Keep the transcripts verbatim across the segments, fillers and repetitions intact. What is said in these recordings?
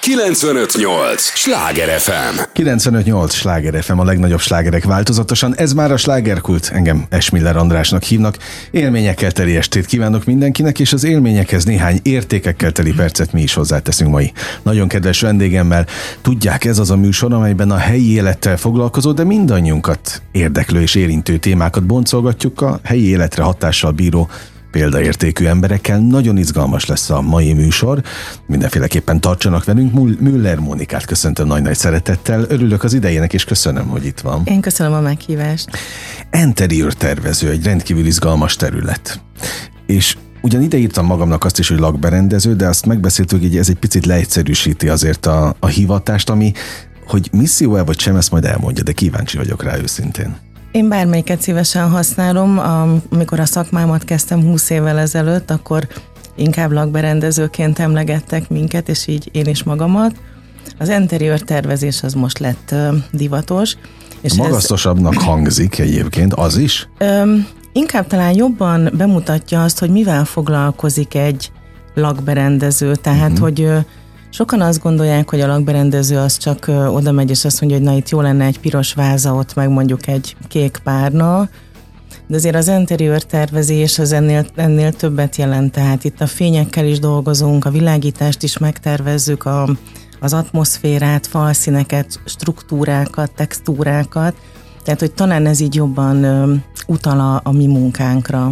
kilencvenöt nyolc Sláger ef em. kilencvenöt nyolc Sláger ef em, a legnagyobb slágerek változatosan. Ez már a Slágerkult. Engem Esmiller Andrásnak hívnak. Élményekkel teli estét kívánok mindenkinek, és az élményekhez néhány értékekkel teli percet mi is hozzáteszünk mai nagyon kedves vendégemmel. Tudják, ez az a műsor, amelyben a helyi élettel foglalkozó, de mindannyiunkat érdeklő és érintő témákat boncolgatjuk a helyi életre hatással bíró példaértékű emberekkel. Nagyon izgalmas lesz a mai műsor. Mindenféleképpen tartsanak velünk. Müller Mónikát köszöntöm nagy-nagy szeretettel. Örülök az idejének, és köszönöm, hogy itt van. Én köszönöm a meghívást. Interior tervező, egy rendkívül izgalmas terület. És ugyan ide írtam magamnak azt is, hogy lakberendező, de azt megbeszéltük, hogy ez egy picit leegyszerűsíti azért a, a hivatást, ami, hogy misszió-e vagy sem, ezt majd elmondja, de kíváncsi vagyok rá őszintén. Én bármelyiket szívesen használom. Amikor a szakmámat kezdtem húsz évvel ezelőtt, akkor inkább lakberendezőként emlegettek minket, és így én is magamat. Az interior tervezés az most lett uh, divatos. És magasztosabbnak ez, hangzik egyébként, az is? Öm, inkább talán jobban bemutatja azt, hogy mivel foglalkozik egy lakberendező. Tehát, uh-huh. hogy uh, sokan azt gondolják, hogy a lakberendező az csak uh, oda megy, és azt mondja, hogy na itt jó lenne egy piros váza, ott meg mondjuk egy kék párna, de azért az interior tervezés az ennél, ennél többet jelent, tehát itt a fényekkel is dolgozunk, a világítást is megtervezzük, a, az atmoszférát, falszíneket, struktúrákat, textúrákat, tehát hogy talán ez így jobban uh, utal a, a mi munkánkra.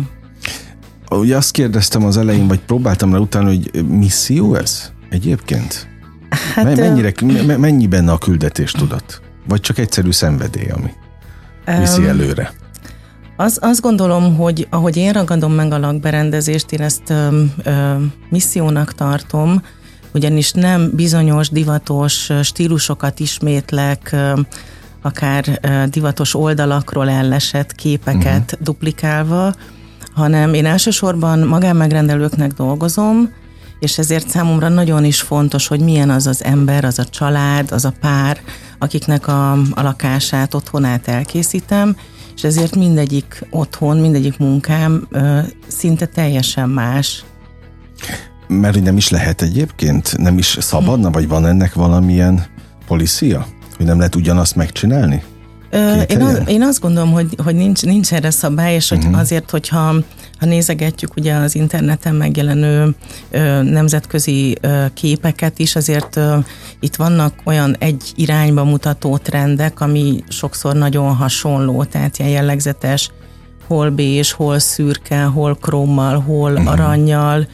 Ugye azt kérdeztem az elején, vagy próbáltam rá utána, hogy misszió ez? Egyébként? Hát, Mennyire, mennyi benne a küldetéstudat? Vagy csak egyszerű szenvedély, ami viszi um, előre? Az, azt gondolom, hogy ahogy én ragadom meg a lakberendezést, én ezt ö, ö, missziónak tartom, ugyanis nem bizonyos divatos stílusokat ismétlek, ö, akár ö, divatos oldalakról ellesett képeket uh-huh. duplikálva, hanem én elsősorban magánmegrendelőknek dolgozom, és ezért számomra nagyon is fontos, hogy milyen az az ember, az a család, az a pár, akiknek a, a lakását, otthonát elkészítem, és ezért mindegyik otthon, mindegyik munkám ö, szinte teljesen más. Mert hogy nem is lehet egyébként? Nem is szabadna, vagy van ennek valamilyen policia? Hogy nem lehet ugyanazt megcsinálni? Ö, én, az, én azt gondolom, hogy, hogy nincs, nincs erre szabály, és hogy uh-huh. azért, hogyha ha nézegetjük ugye az interneten megjelenő ö, nemzetközi ö, képeket is, azért ö, itt vannak olyan egy irányba mutató trendek, ami sokszor nagyon hasonló, tehát ilyen jellegzetes, hol bés, hol szürke, hol krómmal, hol uh-huh. arannyal,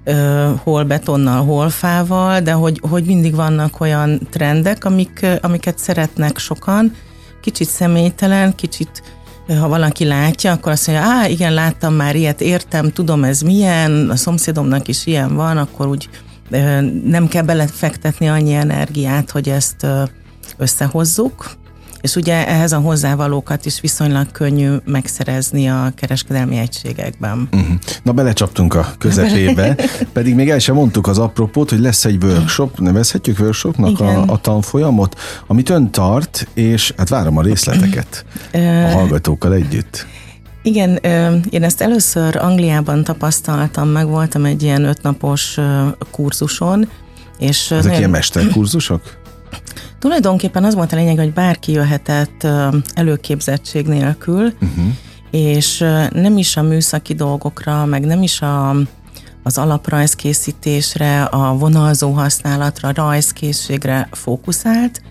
ö, hol betonnal, hol fával, de hogy, hogy mindig vannak olyan trendek, amik, amiket szeretnek sokan, kicsit személytelen, kicsit, ha valaki látja, akkor azt mondja, á, igen, láttam már ilyet, értem, tudom ez milyen, a szomszédomnak is ilyen van, akkor úgy ö, nem kell belefektetni annyi energiát, hogy ezt ö, összehozzuk, és ugye ehhez a hozzávalókat is viszonylag könnyű megszerezni a kereskedelmi egységekben. Uh-huh. Na, belecsaptunk a közepébe, pedig még el sem mondtuk az apropót, hogy lesz egy workshop, nevezhetjük workshopnak a, a tanfolyamot, amit ön tart, és hát várom a részleteket a hallgatókkal együtt. Igen, én ezt először Angliában tapasztaltam, meg voltam egy ilyen ötnapos kurzuson. És ezek nagyon... ilyen mesterkurzusok? Tulajdonképpen az volt a lényeg, hogy bárki jöhetett előképzettség nélkül, uh-huh. és nem is a műszaki dolgokra, meg nem is a, az alaprajzkészítésre, a vonalzó használatra, a rajzkészségre fókuszált,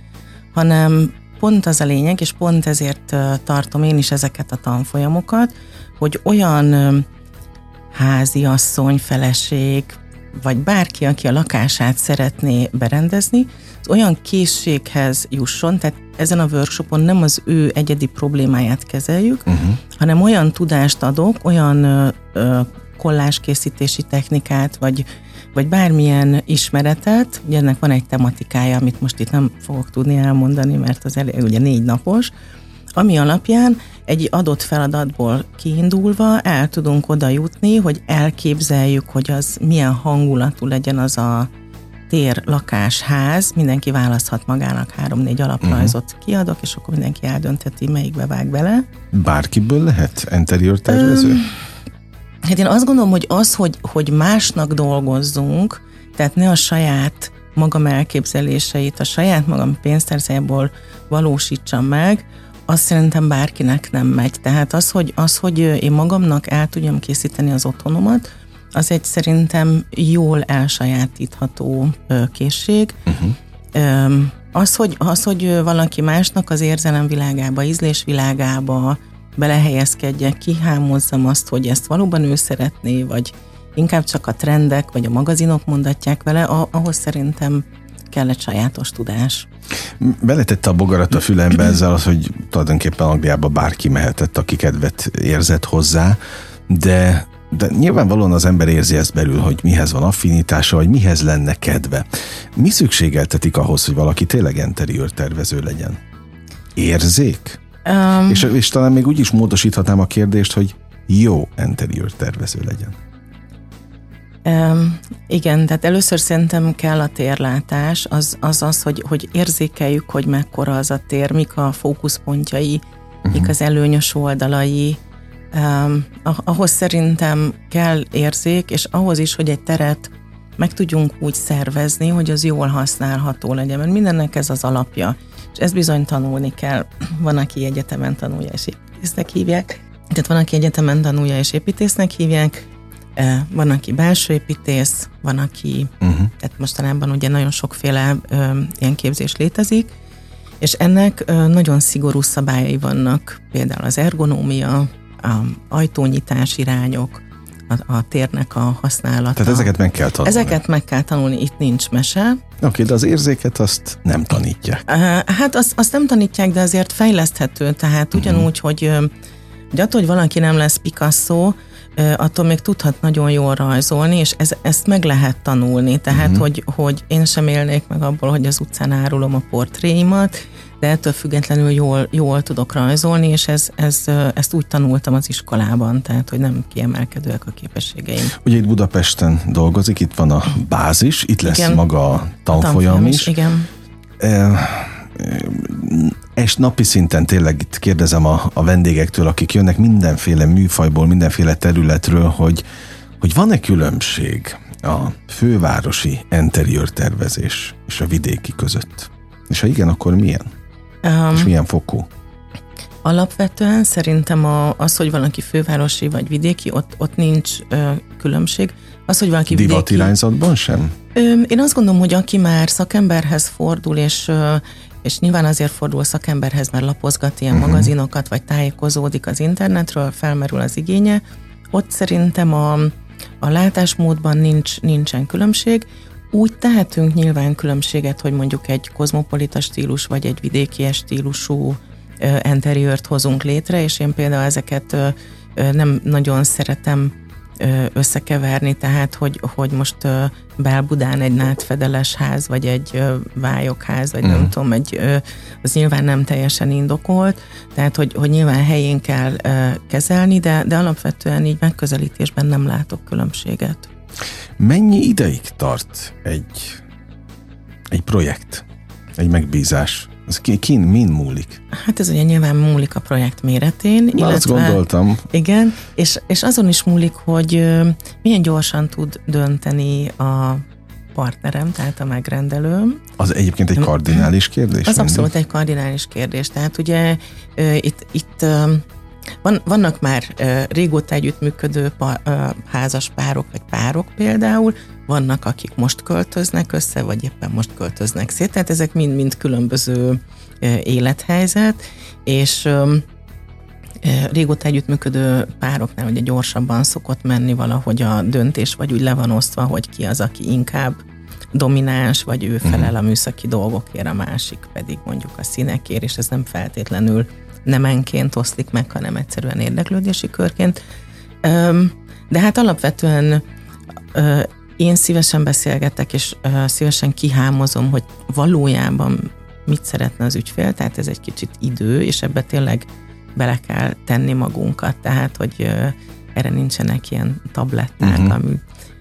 hanem pont az a lényeg, és pont ezért tartom én is ezeket a tanfolyamokat, hogy olyan háziasszony, feleség, vagy bárki, aki a lakását szeretné berendezni, az olyan készséghez jusson, tehát ezen a workshopon nem az ő egyedi problémáját kezeljük, uh-huh. hanem olyan tudást adok, olyan ö, ö, kollázskészítési technikát, vagy, vagy bármilyen ismeretet, ugye ennek van egy tematikája, amit most itt nem fogok tudni elmondani, mert az elég, ugye négy napos, ami alapján egy adott feladatból kiindulva el tudunk oda jutni, hogy elképzeljük, hogy az milyen hangulatú legyen az a tér, lakás, ház, mindenki választhat magának három-négy alaprajzot, uh-huh. kiadok, és akkor mindenki eldöntheti, melyikbe vág bele. Bárkiből lehet interior tervező? Um, hát én azt gondolom, hogy az, hogy, hogy másnak dolgozzunk, tehát ne a saját magam elképzeléseit a saját magam pénztárcájából valósítsam meg, azt szerintem bárkinek nem megy. Tehát az, hogy, az, hogy én magamnak el tudjam készíteni az otthonomat, az egy szerintem jól elsajátítható készség. Uh-huh. Az, hogy, az, hogy valaki másnak az érzelemvilágába, ízlésvilágába belehelyezkedjek, kihámozzam azt, hogy ezt valóban ő szeretné, vagy inkább csak a trendek, vagy a magazinok mondatják vele, ahhoz szerintem kell egy sajátos tudás. Beletette a bogarat a fülembe ezzel az, hogy tulajdonképpen Angliába bárki mehetett, aki kedvet érzett hozzá, de, de nyilvánvalóan az ember érzi ezt belül, hogy mihez van affinitása, vagy mihez lenne kedve. Mi szükségeltetik ahhoz, hogy valaki tényleg interiőr tervező legyen? Érzék? Um, és, és talán még úgy is módosíthatnám a kérdést, hogy jó interiőr tervező legyen. Um, igen, tehát először szerintem kell a térlátás, az az, az hogy, hogy érzékeljük, hogy mekkora az a tér, mik a fókuszpontjai, uh-huh. mik az előnyös oldalai. Um, ahhoz szerintem kell érzék, és ahhoz is, hogy egy teret meg tudjunk úgy szervezni, hogy az jól használható legyen, mert mindennek ez az alapja, és ezt bizony tanulni kell. Van, aki egyetemen tanulja és építésznek hívják, tehát van, aki egyetemen tanulja és építésznek hívják, van, aki belső építész, van, aki, uh-huh. tehát mostanában ugye nagyon sokféle ö, ilyen képzés létezik, és ennek ö, nagyon szigorú szabályai vannak, például az ergonómia, a ajtónyitás irányok, a, a térnek a használata. Tehát ezeket meg kell tanulni. Ezeket meg kell tanulni, itt nincs mese. Oké, okay, de az érzéket azt nem tanítják. Hát azt, azt nem tanítják, de azért fejleszthető, tehát uh-huh. ugyanúgy, hogy, hogy attól, hogy valaki nem lesz Picasso, attól még tudhat nagyon jól rajzolni, és ez, ezt meg lehet tanulni. Tehát, uh-huh. hogy, hogy én sem élnék meg abból, hogy az utcán árulom a portréimat, de ettől függetlenül jól, jól tudok rajzolni, és ez, ez, ezt úgy tanultam az iskolában, tehát, hogy nem kiemelkedőek a képességeim. Ugye itt Budapesten dolgozik, itt van a bázis, itt lesz igen. maga a tanfolyam, a tanfolyam is. is. Igen. E- És napi szinten tényleg itt kérdezem a, a vendégektől, akik jönnek mindenféle műfajból, mindenféle területről, hogy, hogy van-e különbség a fővárosi interiőr tervezés és a vidéki között? És ha igen, akkor milyen? Um, és milyen fokú? Alapvetően szerintem a, az, hogy valaki fővárosi vagy vidéki, ott, ott nincs ö, különbség. Az, hogy valaki divat vidéki... irányzatban sem? Ö, én azt gondolom, hogy aki már szakemberhez fordul, és ö, és nyilván azért fordul szakemberhez, mert lapozgat ilyen uh-huh. magazinokat, vagy tájékozódik az internetről, felmerül az igénye. Ott szerintem a, a látásmódban nincs, nincsen különbség. Úgy tehetünk nyilván különbséget, hogy mondjuk egy kozmopolita stílus, vagy egy vidéki stílusú ö, interiőrt hozunk létre, és én például ezeket ö, ö, nem nagyon szeretem ö, összekeverni, tehát hogy, hogy most ö, Bál-Budán egy nádfedeles ház, vagy egy ö, vályokház, vagy mm. nem tudom, egy, ö, az nyilván nem teljesen indokolt, tehát hogy, hogy nyilván helyén kell ö, kezelni, de, de alapvetően így megközelítésben nem látok különbséget. Mennyi ideig tart egy, egy projekt, egy megbízás? Ez kin, min múlik? Hát ez ugye nyilván múlik a projekt méretén. Már illetve, azt gondoltam. Igen, és, és azon is múlik, hogy ö, milyen gyorsan tud dönteni a partnerem, tehát a megrendelőm. Az egyébként egy kardinális kérdés? Az mindig? Abszolút egy kardinális kérdés. Tehát ugye ö, itt, itt ö, van, vannak már ö, régóta együttműködő pa, ö, házas párok, vagy párok például, vannak, akik most költöznek össze, vagy éppen most költöznek szét, tehát ezek mind-mind különböző ö, élethelyzet, és ö, régóta együttműködő pároknál ugye gyorsabban szokott menni valahogy a döntés, vagy úgy le van osztva, hogy ki az, aki inkább domináns, vagy ő felel a műszaki dolgokért, a másik pedig mondjuk a színekért, és ez nem feltétlenül nemenként oszlik meg, hanem egyszerűen érdeklődési körként. De hát alapvetően én szívesen beszélgetek, és szívesen kihámozom, hogy valójában mit szeretne az ügyfél, tehát ez egy kicsit idő, és ebbe tényleg bele kell tenni magunkat, tehát, hogy erre nincsenek ilyen tabletták, uh-huh. ami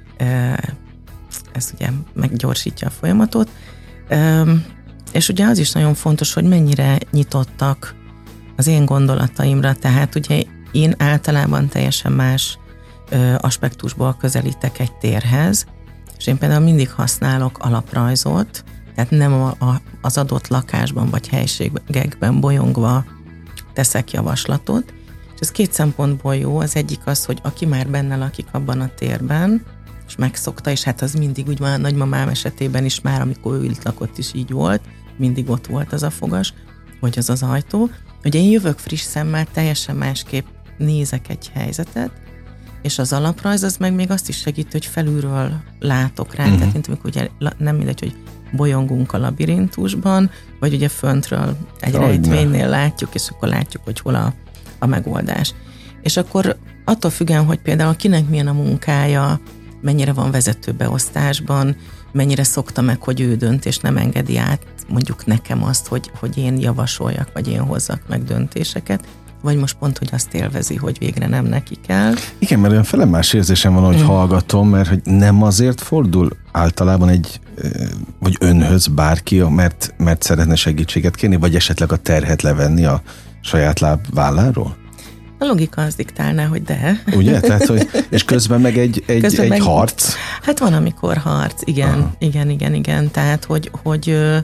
ez ugye meggyorsítja a folyamatot. És ugye az is nagyon fontos, hogy mennyire nyitottak az én gondolataimra, tehát ugye én általában teljesen más aspektusból közelítek egy térhez, és én például mindig használok alaprajzot, tehát nem a, a, az adott lakásban vagy helységekben bolyongva teszek javaslatot, és ez két szempontból jó. Az egyik az, hogy aki már benne lakik abban a térben, és megszokta, és hát az mindig úgy van, a nagymamám esetében is már, amikor ő itt lakott is így volt, mindig ott volt az a fogas, vagy az az ajtó. Ugye én jövök friss szemmel, teljesen másképp nézek egy helyzetet, és az alaprajz az meg még azt is segít, hogy felülről látok rá, uh-huh. tehát mint amikor ugye nem mindegy, hogy bolyongunk a labirintusban, vagy ugye föntről egy oh, rejtvénynél ne. látjuk, és akkor látjuk, hogy hol a, a megoldás. És akkor attól függően, hogy például kinek milyen a munkája, mennyire van vezetőbeosztásban, mennyire szokta meg, hogy ő dönt, és nem engedi át mondjuk nekem azt, hogy, hogy én javasoljak, vagy én hozzak meg döntéseket, vagy most pont, hogy azt élvezi, hogy végre nem neki kell. Igen, mert olyan felemás érzésem van, hogy mm. hallgatom, mert hogy nem azért fordul általában egy, vagy önhöz bárki, mert, mert szeretne segítséget kérni, vagy esetleg a terhet levenni a saját láb válláról? A logika az diktálná, hogy de. Ugye? Tehát, hogy, és közben meg egy, egy, közben egy meg, harc? Hát van, amikor harc, igen, Aha. igen, igen, igen. Tehát, hogy, hogy ö,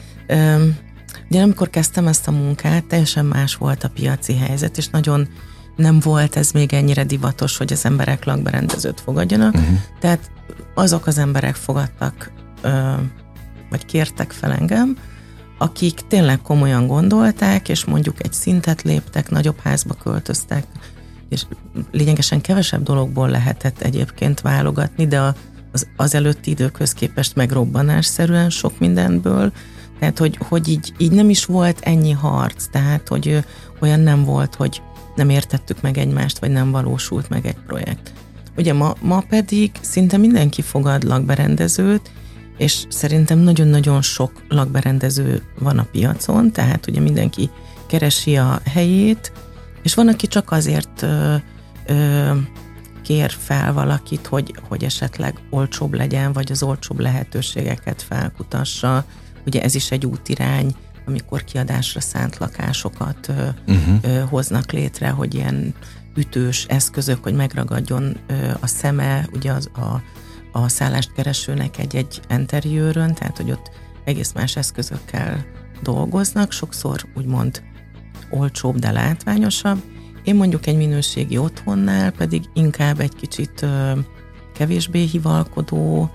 ö, ugye amikor kezdtem ezt a munkát, teljesen más volt a piaci helyzet, és nagyon nem volt ez még ennyire divatos, hogy az emberek lakberendezőt fogadjanak. Uh-huh. Tehát azok az emberek fogadtak, ö, vagy kértek fel engem, akik tényleg komolyan gondolták, és mondjuk egy szintet léptek, nagyobb házba költöztek, és lényegesen kevesebb dologból lehetett egyébként válogatni, de az, az előtti időkhöz képest megrobbanásszerűen sok mindenből, tehát hogy, hogy így, így nem is volt ennyi harc, tehát hogy olyan nem volt, hogy nem értettük meg egymást, vagy nem valósult meg egy projekt. Ugye ma, ma pedig szinte mindenki fogad lakberendezőt, és szerintem nagyon-nagyon sok lakberendező van a piacon, tehát ugye mindenki keresi a helyét, és van, aki csak azért ö, ö, kér fel valakit, hogy, hogy esetleg olcsóbb legyen, vagy az olcsóbb lehetőségeket felkutassa. Ugye ez is egy útirány, amikor kiadásra szánt lakásokat ö, uh-huh. ö, hoznak létre, hogy ilyen ütős eszközök, hogy megragadjon ö, a szeme, ugye az a a szállást keresőnek egy-egy interiőrön, tehát hogy ott egész más eszközökkel dolgoznak, sokszor úgymond olcsóbb, de látványosabb. Én mondjuk egy minőségi otthonnál pedig inkább egy kicsit ö, kevésbé hivalkodó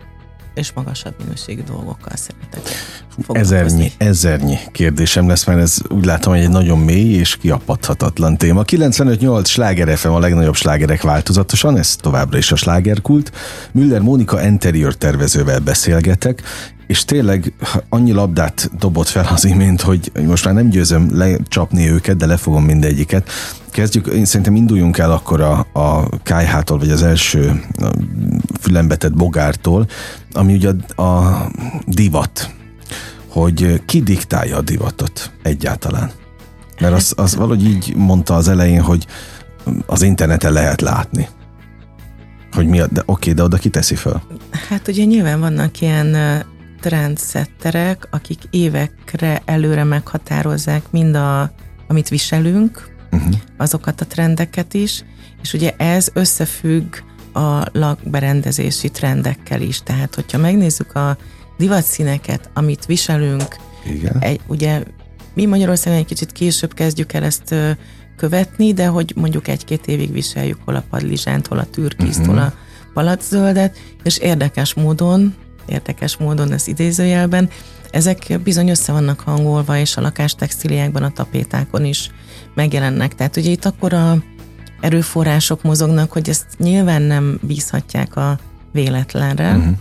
és magasabb minőségű dolgokkal szeretek foglalkozni. Ezernyi, ezernyi kérdésem lesz, mert ez úgy látom, hogy egy nagyon mély és kiapadhatatlan téma. kilencvenöt nyolc Sláger ef em, a legnagyobb slágerek változatosan, ez továbbra is a slágerkult. Müller Mónika interiőr tervezővel beszélgetek, és tényleg annyi labdát dobott fel az imént, hogy most már nem győzöm lecsapni őket, de lefogom mindegyiket. Kezdjük, én szerintem induljunk el akkor a, a ká há-tól, vagy az első fülembe tett bogártól, ami ugye a, a divat, hogy ki diktálja a divatot egyáltalán. Mert az, az valahogy így mondta az elején, hogy az interneten lehet látni. Hogy mi a, de oké, de oda ki teszi föl? Hát ugye nyilván vannak ilyen trendsetterek, akik évekre előre meghatározzák mind a, amit viselünk, uh-huh. azokat a trendeket is, és ugye ez összefügg a lakberendezési trendekkel is, tehát hogyha megnézzük a divatszíneket, amit viselünk, igen. Egy, ugye mi Magyarországon egy kicsit később kezdjük el ezt ö, követni, de hogy mondjuk egy-két évig viseljük hol a padlizsánt, hol a türkiszt, uh-huh. hol a palacszöldet, és érdekes módon érdekes módon, ez idézőjelben, ezek bizony össze vannak hangolva, és a lakástextíliákban, a tapétákon is megjelennek. Tehát ugye itt akkora erőforrások mozognak, hogy ezt nyilván nem bízhatják a véletlenre. Uh-huh.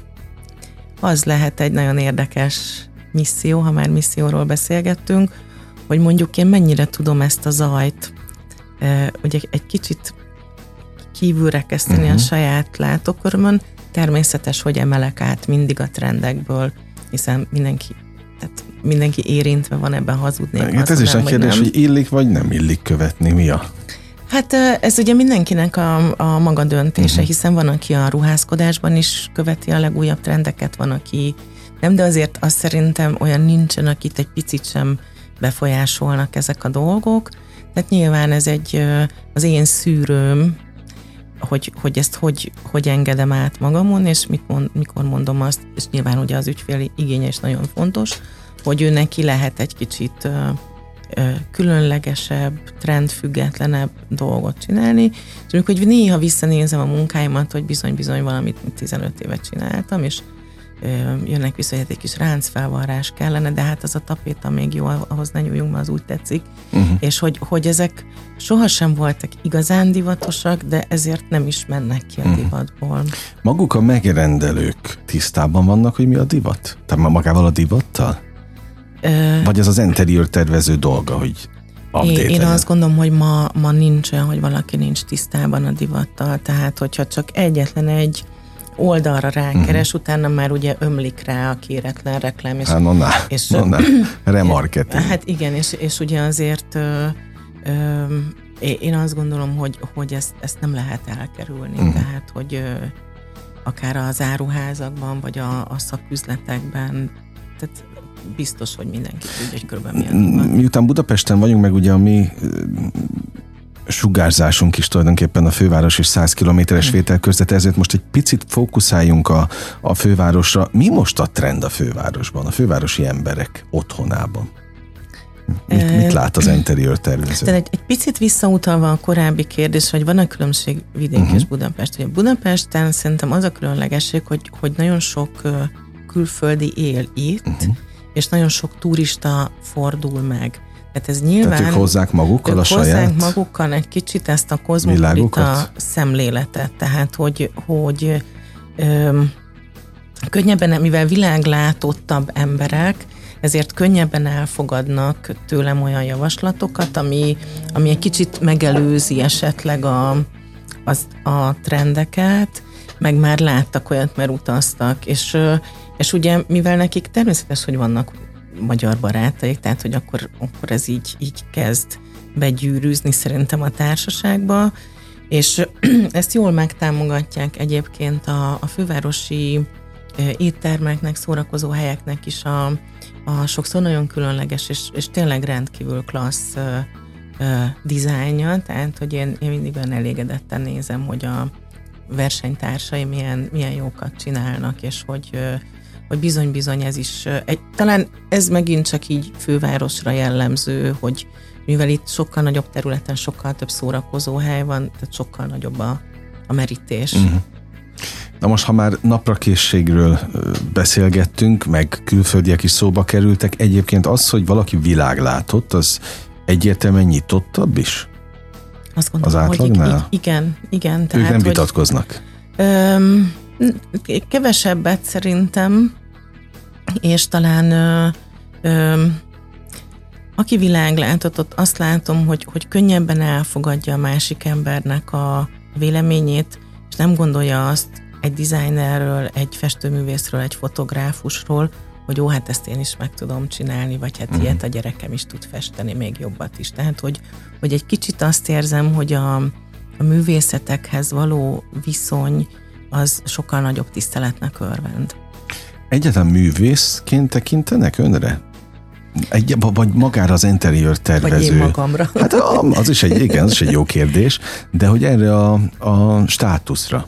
Az lehet egy nagyon érdekes misszió, ha már misszióról beszélgettünk, hogy mondjuk én mennyire tudom ezt a zajt ugye egy kicsit kívülre kezdeni uh-huh. a saját látókörömön. Természetes, hogy emelek át mindig a trendekből, hiszen mindenki, tehát mindenki érintve van ebben, hazudnék. Hát ez is a kérdés, hogy illik vagy nem illik követni, mi a? Hát ez ugye mindenkinek a, a maga döntése, uh-huh. hiszen van, aki a ruházkodásban is követi a legújabb trendeket, van, aki nem, de azért azt szerintem olyan nincsen, akit egy picit sem befolyásolnak ezek a dolgok. Tehát nyilván ez egy az én szűrőm, hogy, hogy ezt hogy, hogy engedem át magamon, és mit mond, mikor mondom azt, és nyilván ugye az ügyfél igénye is nagyon fontos, hogy ő neki lehet egy kicsit ö, ö, különlegesebb, trendfüggetlenebb dolgot csinálni, és amikor hogy néha visszanézem a munkáimat, hogy bizony-bizony valamit tizenöt évet csináltam, és ö, jönnek vissza, hogy egy kis ráncfelvarrás kellene, de hát az a tapéta még jó, ahhoz ne nyúljunk, mert az úgy tetszik, uh-huh. és hogy, hogy ezek sohasem voltak igazán divatosak, de ezért nem is mennek ki a uh-huh. divatból. Maguk a megrendelők tisztában vannak, hogy mi a divat? Tehát magával a divattal? Ö... Vagy ez az interiőr tervező dolga, hogy Én, én azt gondolom, hogy ma, ma nincs olyan, hogy valaki nincs tisztában a divattal, tehát hogyha csak egyetlen egy oldalra rákeres, uh-huh. utána már ugye ömlik rá a kéretlen reklám. És, hát, no, na, és, no, na. Remarketing. Hát igen, és, és ugye azért ö, ö, én azt gondolom, hogy, hogy ezt, ezt nem lehet elkerülni, uh-huh. tehát hogy ö, akár az áruházakban, vagy a, a szaküzletekben, tehát biztos, hogy mindenki tudja, hogy körülbelül milyen. Miután Budapesten vagyunk, meg ugye a mi sugárzásunk is tulajdonképpen a főváros és száz kilométeres vételközdet, ezért most egy picit fókuszáljunk a, a fővárosra. Mi most a trend a fővárosban, a fővárosi emberek otthonában? Mit, mit lát az interiőr tervező? Egy, egy picit visszautalva a korábbi kérdés, hogy van a különbség vidék uh-huh. és Budapest. Ugye Budapesten szerintem az a különlegesség, hogy, hogy nagyon sok uh, külföldi él itt, uh-huh. és nagyon sok turista fordul meg. Tehát ez nyilván... Tehát ők hozzák magukkal ők a saját... hozzák magukkal egy kicsit ezt a kozmopolita szemléletet. Tehát, hogy, hogy öm, könnyebben, mivel világlátottabb emberek, ezért könnyebben elfogadnak tőlem olyan javaslatokat, ami, ami egy kicsit megelőzi esetleg a, az, a trendeket, meg már láttak olyat, mert utaztak, és, és ugye mivel nekik természetes, hogy vannak magyar barátaik, tehát hogy akkor, akkor ez így, így kezd begyűrűzni szerintem a társaságba, és ezt jól megtámogatják egyébként a, a fővárosi éttermeknek, szórakozó helyeknek is a, a sokszor nagyon különleges, és, és tényleg rendkívül klassz uh, uh, dizájnja, tehát hogy én, én mindig olyan elégedetten nézem, hogy a versenytársai milyen, milyen jókat csinálnak, és hogy, uh, hogy bizony-bizony ez is, uh, egy, talán ez megint csak így fővárosra jellemző, hogy mivel itt sokkal nagyobb területen sokkal több szórakozó hely van, tehát sokkal nagyobb a, a merítés. Uh-huh. Na most, ha már naprakészségről beszélgettünk, meg külföldiek is szóba kerültek, egyébként az, hogy valaki világlátott, az egyértelműen nyitottabb is? Azt gondolom, az átlagnál? Hogy igen, igen. Tehát, ők nem vitatkoznak? Hogy, öm, kevesebbet szerintem, és talán ö, ö, aki világlátott, ott azt látom, hogy, hogy könnyebben elfogadja a másik embernek a véleményét, és nem gondolja azt egy designerről, egy festőművészről, egy fotográfusról, hogy ó, hát ezt én is meg tudom csinálni, vagy hát mm. ilyet a gyerekem is tud festeni, még jobbat is. Tehát, hogy, hogy egy kicsit azt érzem, hogy a, a művészetekhez való viszony az sokkal nagyobb tiszteletnek örvend. Egyáltalán művészként tekintenek önre? Egy, vagy magára az interiőr tervező. Vagy én magamra. Hát az is egy, igen, az is egy jó kérdés, de hogy erre a, a státuszra?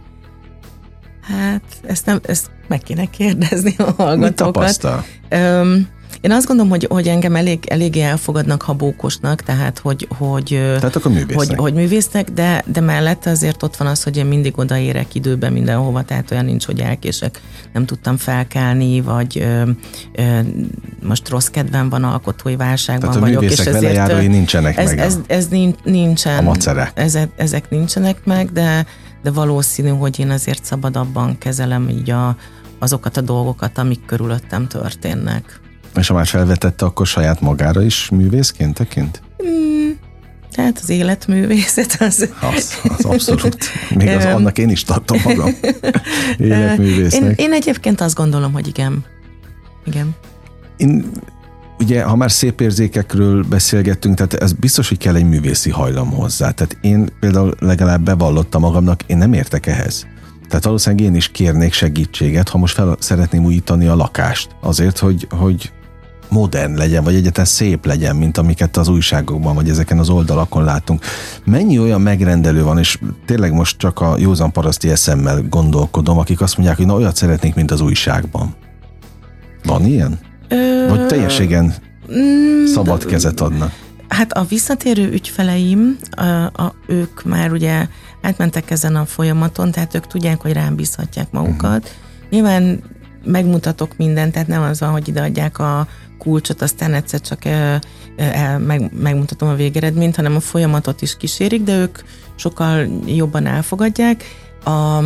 Hát ezt, nem, ezt meg kéne kérdezni a hallgatókat. Mit tapasztal? Öm, én azt gondolom, hogy, hogy engem elég, eléggé elfogadnak habókosnak, tehát hogy, hogy, tehát akkor művésznek. hogy, hogy művésznek, de, de mellette azért ott van az, hogy én mindig odaérek időben mindenhova, tehát olyan nincs, hogy elkések, nem tudtam felkelni, vagy ö, ö, most rossz kedvem van, alkotói válságban tehát vagyok. Tehát a művészek velejárói nincsenek ez, meg. Ez, ez nincsen. A macerák. Ezek, ezek nincsenek meg, de, de valószínű, hogy én azért szabadabban kezelem így a, azokat a dolgokat, amik körülöttem történnek. És ha már felvetette, akkor saját magára is művészként tekint? Mm, tehát az életművészet az... Az, az abszolút. Még az, annak én is tartom magam életművésznek. Én, én egyébként azt gondolom, hogy igen. Igen. Én, ugye, ha már szép érzékekről beszélgettünk, tehát ez biztos, hogy kell egy művészi hajlam hozzá. Tehát én például legalább bevallottam magamnak, én nem értek ehhez. Tehát valószínűleg én is kérnék segítséget, ha most fel szeretném újítani a lakást. Azért, hogy, hogy modern legyen, vagy egyáltalán szép legyen, mint amiket az újságokban, vagy ezeken az oldalakon látunk. Mennyi olyan megrendelő van, és tényleg most csak a józan paraszti eszemmel gondolkodom, akik azt mondják, hogy na olyat szeretnék, mint az újságban. Van ilyen? Ö... Vagy teljességen mm, szabad kezet adnak? Hát a visszatérő ügyfeleim, a, a, ők már ugye átmentek ezen a folyamaton, tehát ők tudják, hogy rám bízhatják magukat. Uh-huh. Nyilván megmutatok mindent, tehát nem az van, hogy ideadják a kulcsot, aztán egyszer csak el, el, meg, megmutatom a végeredményt, hanem a folyamatot is kísérik, de ők sokkal jobban elfogadják. A,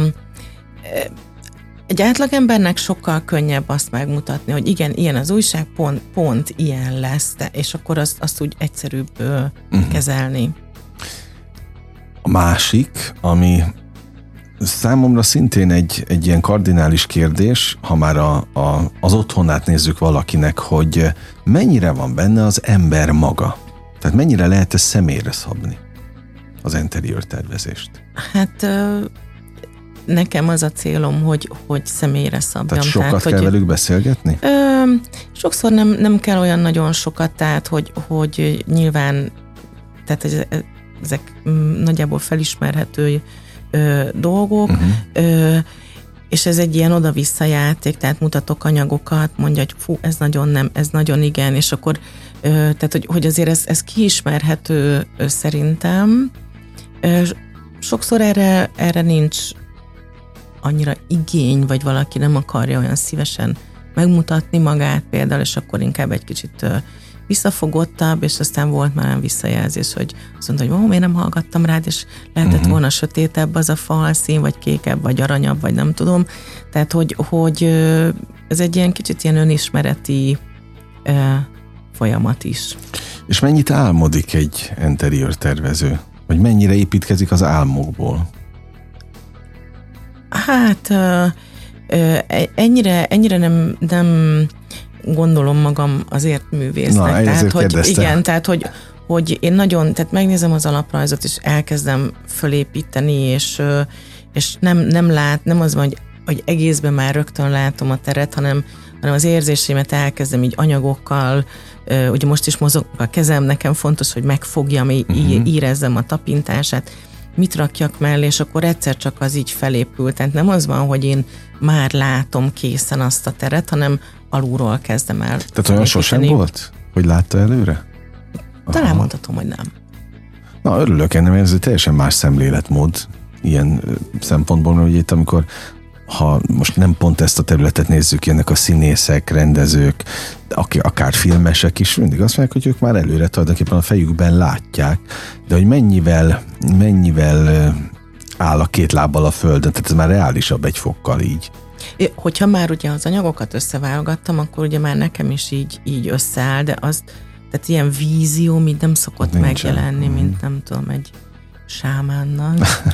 egy átlagembernek sokkal könnyebb azt megmutatni, hogy igen, ilyen az újság, pont, pont ilyen lesz, de, és akkor azt, azt úgy egyszerűbb uh-huh. kezelni. A másik, ami számomra szintén egy, egy ilyen kardinális kérdés, ha már a, a, az otthonát nézzük valakinek, hogy mennyire van benne az ember maga. Tehát mennyire lehet ezt személyre szabni, az interiőr tervezést? Hát nekem az a célom, hogy, hogy személyre szabjam. Tehát sokat tehát, kell hogy, velük beszélgetni? Ö, sokszor nem, nem kell olyan nagyon sokat, tehát hogy, hogy nyilván tehát ezek nagyjából felismerhető Ö, dolgok, uh-huh. ö, és ez egy ilyen oda-vissza játék, tehát mutatok anyagokat, mondja, hogy fú, ez nagyon nem, ez nagyon igen, és akkor ö, tehát, hogy, hogy azért ez, ez kiismerhető ö, szerintem. Ö, sokszor erre, erre nincs annyira igény, vagy valaki nem akarja olyan szívesen megmutatni magát például, és akkor inkább egy kicsit ö, visszafogottabb, és aztán volt már olyan visszajelzés, hogy azt mondta, hogy ó, miért nem hallgattam rád, és lehetett uh-huh. volna sötétebb az a falszín, vagy kékebb, vagy aranyabb, vagy nem tudom. Tehát, hogy, hogy ez egy ilyen kicsit ilyen önismereti eh, folyamat is. És mennyit álmodik egy interiőr tervező? Vagy mennyire építkezik az álmokból? Hát eh, eh, ennyire, ennyire nem, nem gondolom magam azért művésznek. Na, tehát, hogy kérdeztem. igen, tehát, hogy, hogy én nagyon, tehát megnézem az alaprajzot, és elkezdem fölépíteni, és, és nem, nem lát, nem az van, hogy, hogy egészben már rögtön látom a teret, hanem, hanem az érzéseimet elkezdem így anyagokkal, ugye most is mozog a kezem, nekem fontos, hogy megfogjam, uh-huh. érezzem a tapintását, mit rakjak mellé, és akkor egyszer csak az így felépül. Tehát nem az van, hogy én már látom készen azt a teret, hanem alulról kezdem el. Tehát olyan sosem volt, hogy látta előre? Talán Aha. mondhatom, hogy nem. Na, örülök ennek, mert ez egy teljesen más szemléletmód ilyen szempontból, hogy itt amikor ha most nem pont ezt a területet nézzük, ennek a színészek, rendezők, akár filmesek is, mindig azt mondják, hogy ők már előre tulajdonképpen a fejükben látják, de hogy mennyivel, mennyivel áll a két lábbal a földön, tehát ez már reálisabb egy fokkal így. Hogyha már ugye az anyagokat összeválogattam, akkor ugye már nekem is így, így összeáll, de az, tehát ilyen vízió, mint nem szokott hát megjelenni, hmm. mint nem tudom, egy sámánnal.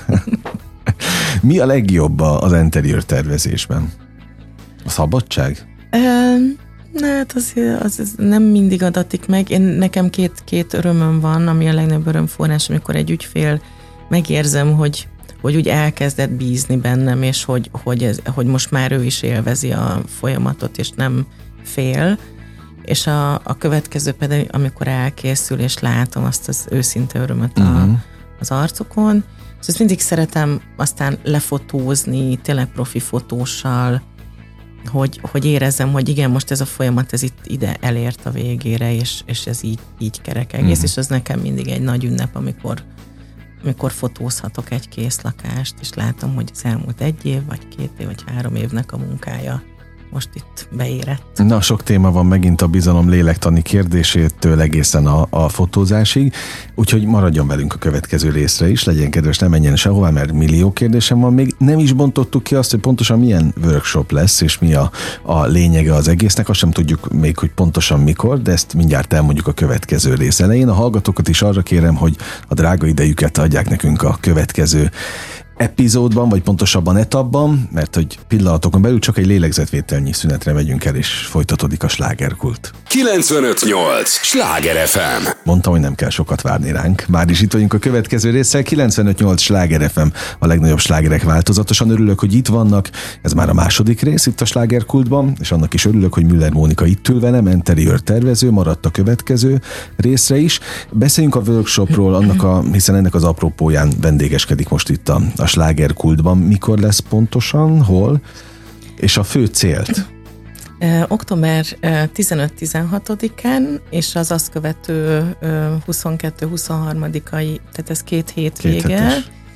Mi a legjobb az interiőr tervezésben? A szabadság? Ne, hát az, az, az nem mindig adatik meg. Én, nekem két, két örömöm van, ami a legnagyobb örömforrás, amikor egy ügyfél megérzem, hogy, hogy úgy elkezdett bízni bennem, és hogy, hogy, ez, hogy most már ő is élvezi a folyamatot, és nem fél. És a, a következő pedig, amikor elkészül, és látom azt az őszinte örömöt uh-huh. a, az arcokon, és ezt mindig szeretem aztán lefotózni, tényleg profi fotóssal, hogy, hogy érezzem, hogy igen, most ez a folyamat, ez itt ide elért a végére, és, és ez így, így kerek egész, uh-huh. és az nekem mindig egy nagy ünnep, amikor, amikor fotózhatok egy kész lakást, és látom, hogy az elmúlt egy év, vagy két év, vagy három évnek a munkája most itt beérett. Na, sok téma van megint a bizalom lélektani kérdésétől egészen a, a fotózásig, úgyhogy maradjon velünk a következő részre is, legyen kedves, ne menjen sehová, mert millió kérdésem van, még nem is bontottuk ki azt, hogy pontosan milyen workshop lesz, és mi a, a lényege az egésznek, azt sem tudjuk még, hogy pontosan mikor, de ezt mindjárt elmondjuk a következő rész elején. A hallgatókat is arra kérem, hogy a drága idejüket adják nekünk a következő epizódban, vagy pontosabban etapban, mert hogy pillanatokon belül csak egy lélegzetvételnyi szünetre megyünk el, és folytatódik a slágerkult. kilencvenöt nyolc Sláger ef em. Mondtam, hogy nem kell sokat várni ránk. Már is itt vagyunk a következő résszel. kilencvenöt nyolc Sláger ef em, a legnagyobb slágerek változatosan. Örülök, hogy itt vannak. Ez már a második rész itt a Slágerkultban, és annak is örülök, hogy Müller Mónika itt ül velem, interiőr tervező, maradt a következő részre is. Beszéljünk a workshopról, annak a, hiszen ennek az apropóján vendégeskedik most itt a, a Slágerkultban. Mikor lesz pontosan, hol? És a fő célt? Október tizenöt-tizenhatodikán és az azt követő huszonkettő-huszonharmadikai, tehát ez két hétvége,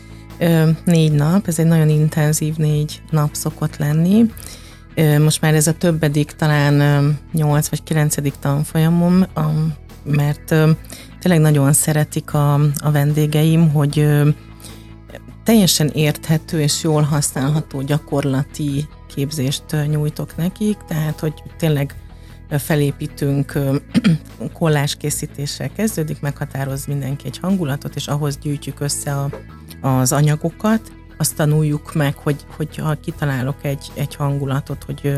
két négy nap, ez egy nagyon intenzív négy nap szokott lenni. Most már ez a többedik, talán nyolc vagy kilencedik tanfolyamom, mert tényleg nagyon szeretik a, a vendégeim, hogy teljesen érthető és jól használható gyakorlati képzést nyújtok nekik, tehát hogy tényleg felépítünk, kollázskészítéssel kezdődik, meghatároz mindenki egy hangulatot, és ahhoz gyűjtjük össze a, az anyagokat, azt tanuljuk meg, hogy, hogyha kitalálok egy, egy hangulatot, hogy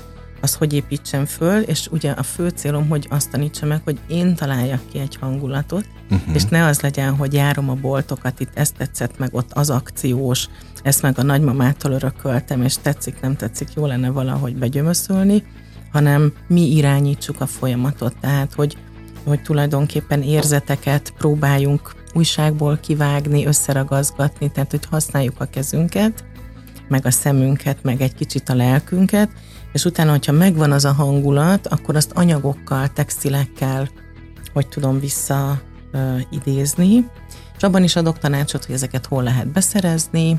az hogy építsem föl, és ugye a fő célom, hogy azt tanítsam meg, hogy én találjak ki egy hangulatot, uh-huh. és ne az legyen, hogy járom a boltokat, itt ezt tetszett meg, ott az akciós, ezt meg a nagymamától örököltem, és tetszik, nem tetszik, jó lenne valahogy begyömöszölni, hanem mi irányítsuk a folyamatot, tehát, hogy, hogy tulajdonképpen érzeteket próbáljunk újságból kivágni, összeragazgatni, tehát, hogy használjuk a kezünket, meg a szemünket, meg egy kicsit a lelkünket, és utána, hogyha megvan az a hangulat, akkor azt anyagokkal, textilekkel, hogy tudom vissza uh, idézni, és abban is adok tanácsot, hogy ezeket hol lehet beszerezni,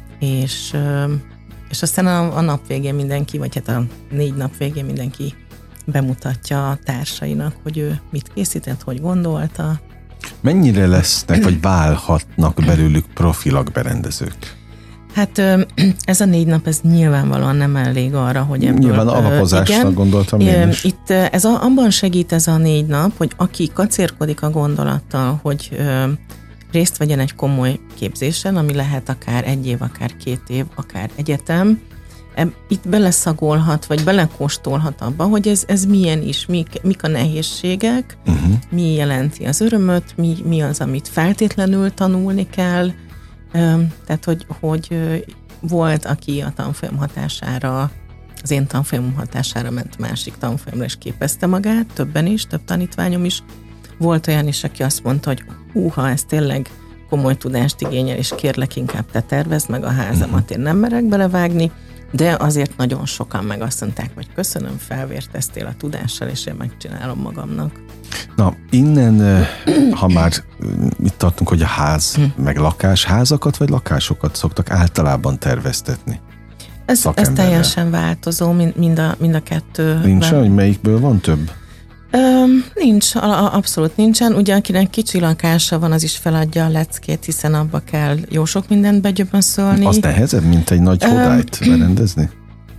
és, uh, és aztán a, a nap végén mindenki, vagy hát a négy nap végén mindenki bemutatja a társainak, hogy ő mit készített, hogy gondolta. Mennyire lesznek, vagy válhatnak belőlük profilak berendezők? Hát ez a négy nap, ez nyilvánvalóan nem elég arra, hogy ebből... Nyilván alapozásnak gondoltam én is. Itt ez a, abban segít ez a négy nap, hogy aki kacérkodik a gondolattal, hogy ö, részt vegyen egy komoly képzésen, ami lehet akár egy év, akár két év, akár egyetem, eb, itt beleszagolhat, vagy belekóstolhat abba, hogy ez, ez milyen is, mik, mik a nehézségek, uh-huh. mi jelenti az örömöt, mi, mi az, amit feltétlenül tanulni kell. Tehát, hogy, hogy volt, aki a tanfolyam hatására, az én tanfolyamom hatására ment másik tanfolyamra, és képezte magát, többen is, több tanítványom is. Volt olyan is, aki azt mondta, hogy húha, ez tényleg komoly tudást igényel, és kérlek, inkább te tervezd meg a házamat, én nem merek belevágni, de azért nagyon sokan meg azt mondták, hogy köszönöm, felvérteztél a tudással, és én megcsinálom magamnak. Na, innen, ha már itt tartunk, hogy a ház, hm. meg lakás, házakat vagy lakásokat szoktak általában terveztetni? Ez, ez teljesen változó, mind, mind, a, mind a kettő. Nincs olyan, hogy melyikből van több? Öm, nincs, abszolút nincsen. Ugye akinek kicsi lakása van, az is feladja a leckét, hiszen abba kell jó sok mindent begyöbönszölni. Az nehezebb, mint egy nagy hodályt berendezni?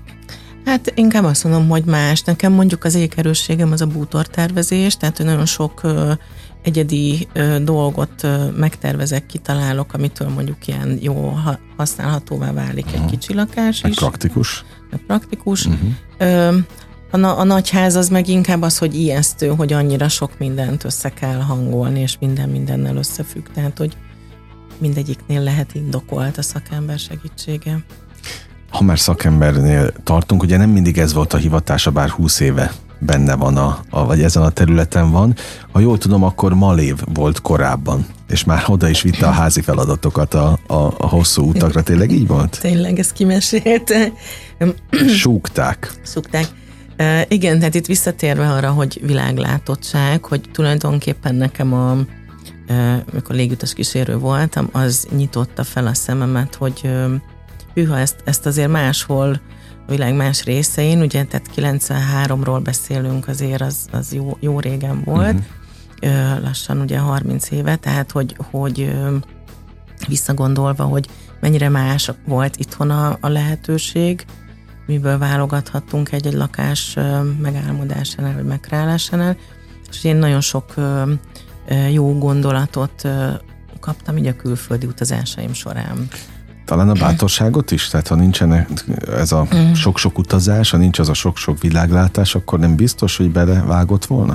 Hát inkább azt mondom, hogy más. Nekem mondjuk az egyik erősségem az a bútortervezés, tehát hogy nagyon sok ö, egyedi ö, dolgot ö, megtervezek, kitalálok, amitől mondjuk ilyen jó ha, használhatóvá válik uh-huh. egy kicsi lakás meg is. Praktikus. Meg praktikus. Uh-huh. Ö, a, a nagyház az meg inkább az, hogy ijesztő, hogy annyira sok mindent össze kell hangolni, és minden mindennel összefügg. Tehát, hogy mindegyiknél lehet indokolt a szakember segítsége. Ha már szakembernél tartunk, ugye nem mindig ez volt a hivatása, bár húsz éve benne van, a, a, vagy ezen a területen van. Ha jól tudom, akkor Malév volt korábban, és már oda is vitte a házi feladatokat a, a, a hosszú utakra. Tényleg így volt? Tényleg, ezt kimesélte. Súgták. Súgták. Uh, igen, tehát itt visszatérve arra, hogy világlátottság, hogy tulajdonképpen nekem a amikor légutas kísérő voltam, az nyitotta fel a szememet, hogy hűha, ezt, ezt azért máshol, a világ más részein, ugye, tehát kilencvenháromról beszélünk, azért az, az jó, jó régen volt, uh-huh. lassan ugye harminc éve, tehát hogy, hogy visszagondolva, hogy mennyire más volt itthon a, a lehetőség, miből válogathattunk egy-egy lakás megálmodásánál, vagy megkrálásánál, és én nagyon sok jó gondolatot kaptam így a külföldi utazásaim során. talán a bátorságot is, tehát ha nincsen ez a mm. sok-sok utazás, ha nincs az a sok-sok világlátás, akkor nem biztos, hogy belevágott volna?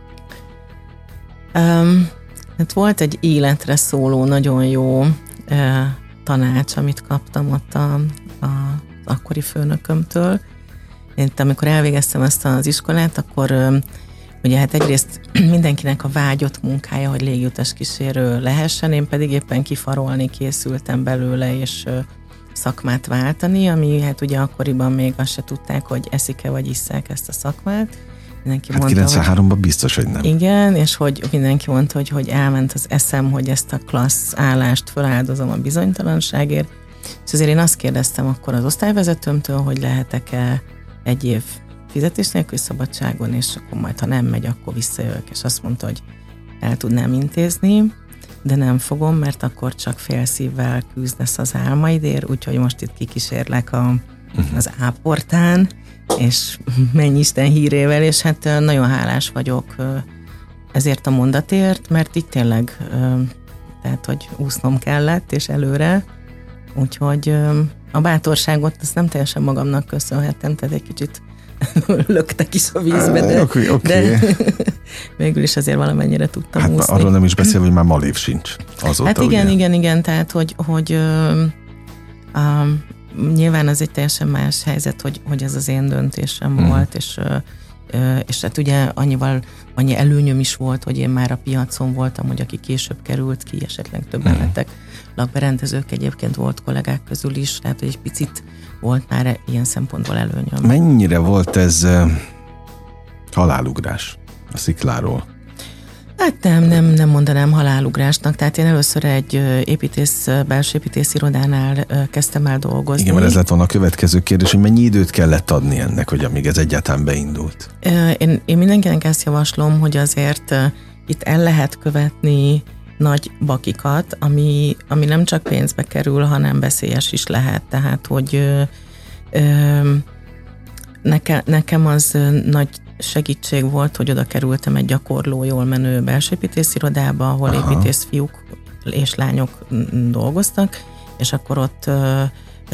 Um, hát volt egy életre szóló, nagyon jó uh, tanács, amit kaptam ott a, a, az akkori főnökömtől. Én amikor elvégeztem ezt az iskolát, akkor uh, ugye hát egyrészt mindenkinek a vágyott munkája, hogy légiutas kísérő lehessen, én pedig éppen kifarolni készültem belőle, és uh, szakmát váltani, ami hát ugye akkoriban még azt se tudták, hogy eszik-e vagy isszák ezt a szakmát. Mindenki hát mondta, kilencvenháromban hogy, biztos, hogy nem. Igen, és hogy mindenki mondta, hogy, hogy elment az eszem, hogy ezt a klassz állást feláldozom a bizonytalanságért. És azért én azt kérdeztem akkor az osztályvezetőmtől, hogy lehetek-e egy év fizetés nélkül szabadságon, és akkor majd, ha nem megy, akkor visszajövök. És azt mondta, hogy el tudnám intézni, de nem fogom, mert akkor csak fél szívvel küzdesz az álmaidért, úgyhogy most itt kikísérlek a, az áportán, és menj Isten hírével, és hát nagyon hálás vagyok ezért a mondatért, mert itt tényleg, tehát, hogy úsznom kellett, és előre, úgyhogy a bátorságot azt nem teljesen magamnak köszönhetem, tehát egy kicsit löktek is a vízbe, de, okay, okay. de végül is azért valamennyire tudtam hát úszni. Arról nem is beszél, hogy már malév sincs azóta. Hát igen, ugye? igen, igen, tehát hogy, hogy ö, ö, nyilván az egy teljesen más helyzet, hogy, hogy ez az én döntésem hmm. volt, és, ö, ö, és hát ugye annyival, annyi előnyöm is volt, hogy én már a piacon voltam, hogy aki később került ki, esetleg többen hmm. lettek lakberendezők, egyébként volt kollégák közül is, tehát hogy egy picit volt már ilyen szempontból előnyöm. Mennyire volt ez uh, halálugrás a szikláról? Hát nem, nem, nem mondanám halálugrásnak, tehát én először egy építész, belső építész irodánál kezdtem el dolgozni. Igen, mert ez lett volna a következő kérdés, hogy mennyi időt kellett adni ennek, hogy amíg ez egyáltalán beindult? Én, én mindenkinek ezt javaslom, hogy azért itt el lehet követni nagy bakikat, ami, ami nem csak pénzbe kerül, hanem veszélyes is lehet. Tehát, hogy ö, ö, neke, nekem az nagy segítség volt, hogy oda kerültem egy gyakorló, jól menő belsőépítészirodába, ahol Aha. építészfiúk és lányok dolgoztak, és akkor ott ö,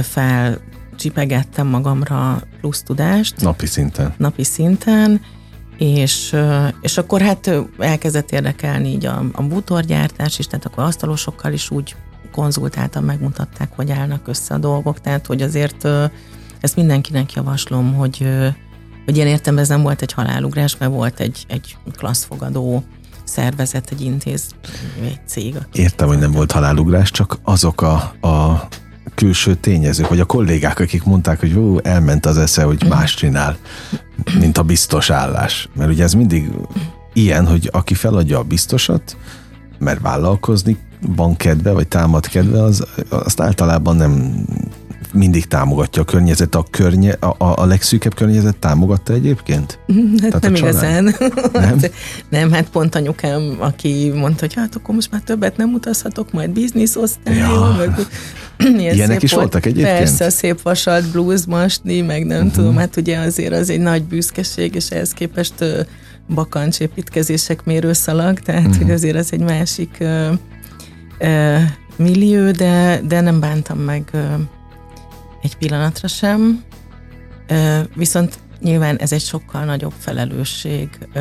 felcsipegettem magamra plusz tudást. Napi szinten. Napi szinten, és, és akkor hát elkezdett érdekelni így a, a bútorgyártás is, tehát akkor asztalosokkal is úgy konzultáltam, megmutatták, hogy állnak össze a dolgok, tehát hogy azért ezt mindenkinek javaslom, hogy, hogy ilyen értem, ez nem volt egy halálugrás, mert volt egy, egy klasszfogadó szervezet, egy intéz, egy cég. Értem, hogy nem volt halálugrás, csak azok a, a külső tényezők, vagy a kollégák, akik mondták, hogy ó, elment az esze, hogy más csinál, mint a biztos állás. Mert ugye ez mindig ilyen, hogy aki feladja a biztosat, mert vállalkozni van kedve, vagy támad kedve, az, azt általában nem mindig támogatja a környezet. A, környe, a, a legszűkebb környezet támogatta egyébként? Hát nem igazán. Nem? Nem, hát pont anyukám, aki mondta, hogy hát akkor most már többet nem utazhatok, majd bizniszosztályon, ja. meg ilyenek is volt. voltak egyébként? Persze, a szép vasalt blues masni, meg nem uh-huh. tudom, hát ugye azért az egy nagy büszkeség, és ehhez képest uh, bakancsépítkezések mérőszalag, tehát uh-huh. hogy azért az egy másik uh, uh, millió, de, de nem bántam meg uh, egy pillanatra sem, uh, viszont nyilván ez egy sokkal nagyobb felelősség, uh,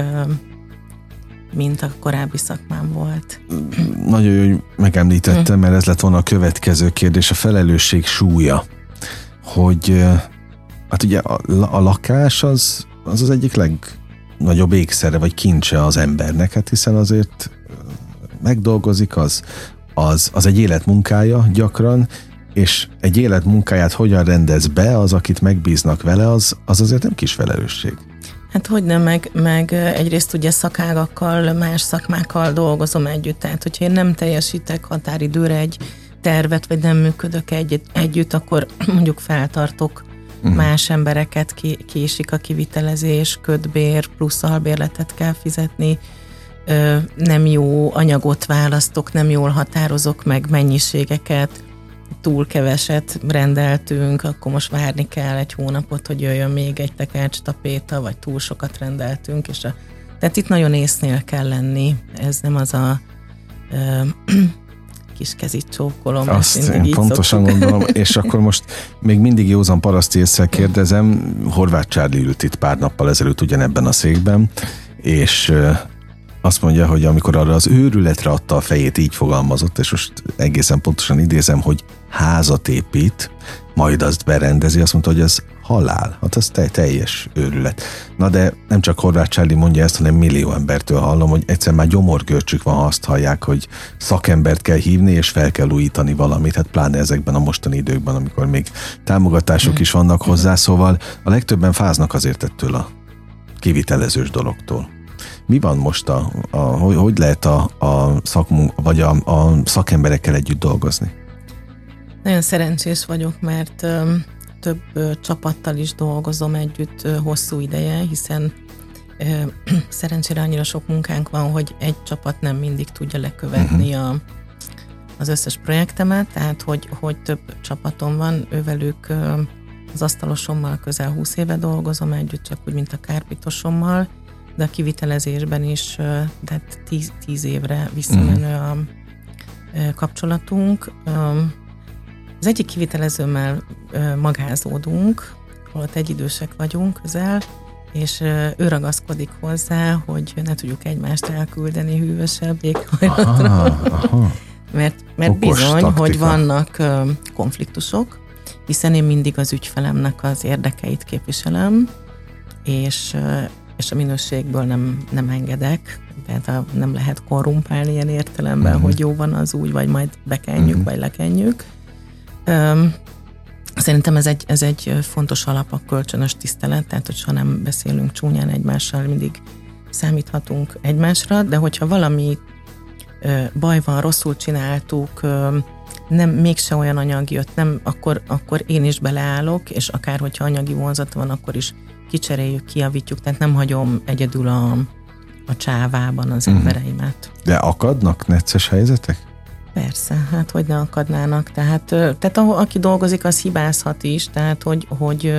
mint a korábbi szakmám volt. Nagyon jó, hogy megemlítettem, mert ez lett volna a következő kérdés, a felelősség súlya. Hogy hát ugye a, a lakás az, az az egyik legnagyobb ékszere, vagy kincse az embernek, hát hiszen azért megdolgozik, az, az, az egy életmunkája gyakran, és egy életmunkáját hogyan rendez be az, akit megbíznak vele, az, az azért nem kis felelősség. Hát hogy nem, meg, meg egyrészt ugye szakágakkal, más szakmákkal dolgozom együtt, tehát hogyha én nem teljesítek határidőre egy tervet, vagy nem működök egy, együtt, akkor mondjuk feltartok uh-huh. más embereket, ki, késik a kivitelezés, kötbér, plusz albérletet kell fizetni, ö, nem jó anyagot választok, nem jól határozok meg mennyiségeket, túl keveset rendeltünk, akkor most várni kell egy hónapot, hogy jöjjön még egy tekercs tapéta, vagy túl sokat rendeltünk, és a, tehát itt nagyon észnél kell lenni. Ez nem az a ö, kis kezit csókolom. Azt én pontosan szoktuk. Gondolom, és akkor most még mindig józan paraszti ésszel kérdezem, Horváth Csárli ült itt pár nappal ezelőtt ugyanebben a székben, és azt mondja, hogy amikor arra az őrületre adta a fejét, így fogalmazott, és most egészen pontosan idézem, hogy házat épít, majd azt berendezi, azt mondta, hogy ez halál. Hát ez teljes őrület. Na de nem csak Horváth Csárli mondja ezt, hanem millió embertől hallom, hogy egyszer már gyomorgörcsük van, ha azt hallják, hogy szakembert kell hívni, és fel kell újítani valamit. Hát pláne ezekben a mostani időkben, amikor még támogatások is vannak hozzá, szóval a legtöbben fáznak azért ettől a kivitelezős dologtól. Mi van most, a, a, hogy, hogy lehet a, a szakmunk, vagy a, a szakemberekkel együtt dolgozni? Nagyon szerencsés vagyok, mert ö, több ö, csapattal is dolgozom együtt ö, hosszú ideje, hiszen ö, szerencsére annyira sok munkánk van, hogy egy csapat nem mindig tudja lekövetni uh-huh. a, az összes projektemet, tehát hogy, hogy több csapatom van, ővelük ö, az asztalosommal közel húsz éve dolgozom együtt, csak úgy, mint a kárpitosommal, de a kivitelezésben is, tehát tíz, tíz évre visszamenő a kapcsolatunk. Az egyik kivitelezőmmel magázódunk, holott egyidősek vagyunk közel, és ő ragaszkodik hozzá, hogy ne tudjuk egymást elküldeni hűvösebb éghajlatra. Aha, aha. Mert, mert bizony, taktika. Hogy vannak konfliktusok, hiszen én mindig az ügyfelemnek az érdekeit képviselem, és és a minőségből nem, nem engedek, tehát a, nem lehet korrumpálni ilyen értelemben, uh-huh. hogy jó van az úgy, vagy majd bekenjük, uh-huh. vagy lekenjük. Um, szerintem ez egy, ez egy fontos alap, a kölcsönös tisztelet, tehát hogy soha nem beszélünk csúnyán egymással, mindig számíthatunk egymásra, de hogyha valami ö, baj van, rosszul csináltuk, ö, nem, mégse olyan anyag jött, nem, akkor, akkor én is beleállok, és akár hogyha anyagi vonzat van, akkor is kicseréljük, kijavítjuk, tehát nem hagyom egyedül a, a csávában az uh-huh. embereimet. De akadnak necces helyzetek? Persze, hát hogy ne akadnának. Tehát, tehát a, aki dolgozik, az hibázhat is, tehát hogy, hogy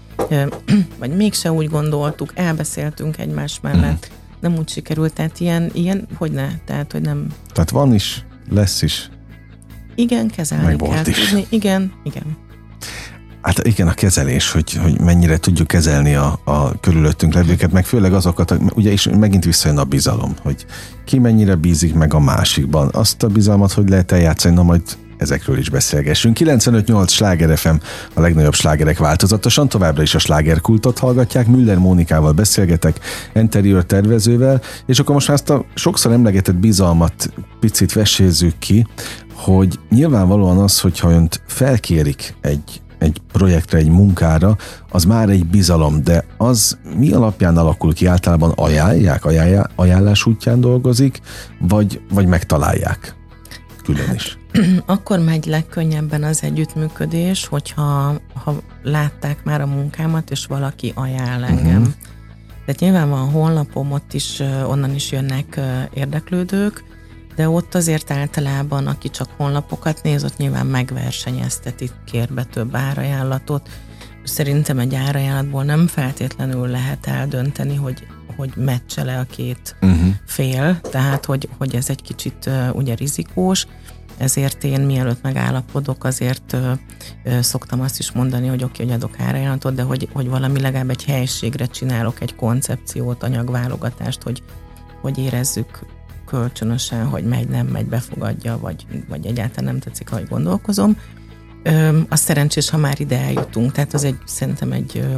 vagy mégse úgy gondoltuk, elbeszéltünk egymás mellett, uh-huh. nem úgy sikerült, tehát ilyen, ilyen, hogy ne, tehát hogy nem. Tehát van is, lesz is. Igen, kezelni kell tudni. Igen, igen. Hát igen, a kezelés, hogy, hogy mennyire tudjuk kezelni a, a körülöttünk levőket, meg főleg azokat, ugye is megint visszajön a bizalom, hogy ki mennyire bízik meg a másikban. Azt a bizalmat, hogy lehet eljátszani, na majd ezekről is beszélgessünk. kilencvenöt nyolc Sláger ef em, a legnagyobb slágerek változatosan, továbbra is a slágerkultot hallgatják, Müller Mónikával beszélgetek, interiőr tervezővel, és akkor most már ezt a sokszor emlegetett bizalmat picit vesézzük ki, hogy nyilvánvalóan az, hogyha önt felkérik egy egy projektre, egy munkára, az már egy bizalom, de az mi alapján alakul ki? Általában ajánlják, ajánlá, ajánlás útján dolgozik, vagy, vagy megtalálják külön is? Akkor megy legkönnyebben az együttműködés, hogyha ha látták már a munkámat, és valaki ajánl engem. Uh-huh. Tehát nyilván van a honlapom, ott is, onnan is jönnek érdeklődők, de ott azért általában, aki csak honlapokat néz, ott nyilván megversenyezteti, kér be több árajánlatot. Szerintem egy árajánlatból nem feltétlenül lehet eldönteni, hogy, hogy meccsele a két uh-huh. fél, tehát hogy, hogy ez egy kicsit uh, ugye rizikós, ezért én mielőtt megállapodok, azért uh, uh, szoktam azt is mondani, hogy oké, hogy adok árajánlatot, de hogy, hogy valami legalább egy helységre csinálok egy koncepciót, anyagválogatást, hogy, hogy érezzük kölcsönösen, hogy megy, nem megy, befogadja, vagy, vagy egyáltalán nem tetszik, ahogy gondolkozom. Ö, az szerencsés, ha már ide eljutunk, tehát az egy, szerintem egy ö,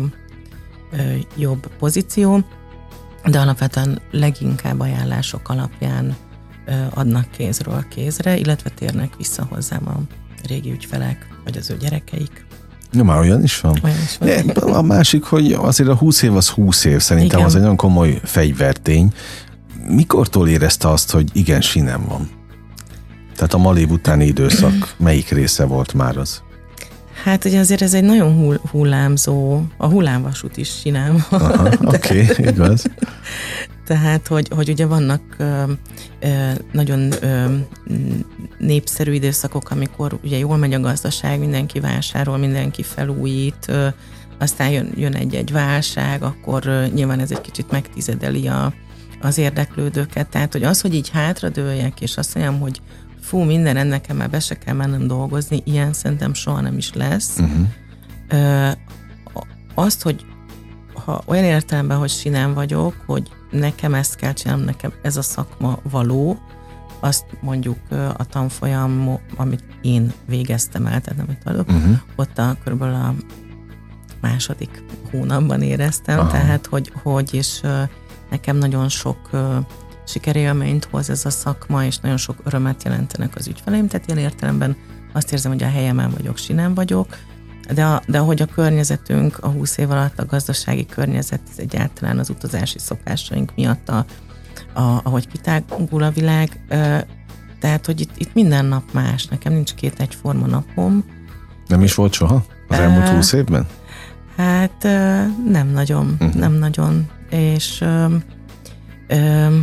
ö, jobb pozíció, de alapvetően leginkább ajánlások alapján ö, adnak kézről kézre, illetve térnek vissza hozzám a régi ügyfelek, vagy az ő gyerekeik. Ja, már olyan is van. Olyan is van. A másik, hogy azért a húsz év az húsz év, szerintem igen. Az egy nagyon komoly fegyvertény. Mikortól érezte azt, hogy igen, sinem van? Tehát a Malév utáni időszak melyik része volt már az? Hát ugye azért ez egy nagyon hull, hullámzó, a hullámvasút is sinem van. Oké, okay, igaz. Tehát, hogy, hogy ugye vannak ö, ö, nagyon ö, népszerű időszakok, amikor ugye jól megy a gazdaság, mindenki vásárol, mindenki felújít, ö, aztán jön, jön egy-egy válság, akkor ö, nyilván ez egy kicsit megtizedeli a az érdeklődőket, tehát hogy az, hogy így hátradőljek, és azt mondjam, hogy fú, minden ennek nekem már be se kell mennem dolgozni, ilyen szerintem soha nem is lesz. Uh-huh. Ö, azt, hogy ha olyan értelemben, hogy sinem vagyok, hogy nekem ezt kell csinálnom, nekem ez a szakma való, azt mondjuk a tanfolyam, amit én végeztem el, tehát amit adok, uh-huh. ott a körülbelül a második hónapban éreztem, aha. tehát hogy, hogy és nekem nagyon sok sikerélményt hoz ez a szakma, és nagyon sok örömet jelentenek az ügyfeleim, tehát ilyen értelemben azt érzem, hogy a helyemen vagyok, sinem vagyok, de, a, de ahogy a környezetünk a húsz év alatt, a gazdasági környezet, ez egyáltalán az utazási szokásaink miatt, a, a, ahogy kitágul a világ, tehát, hogy itt, itt minden nap más, nekem nincs két egyforma napom. Nem is volt soha az elmúlt húsz évben? Hát nem nagyon, uh-huh. nem nagyon, és ö, ö,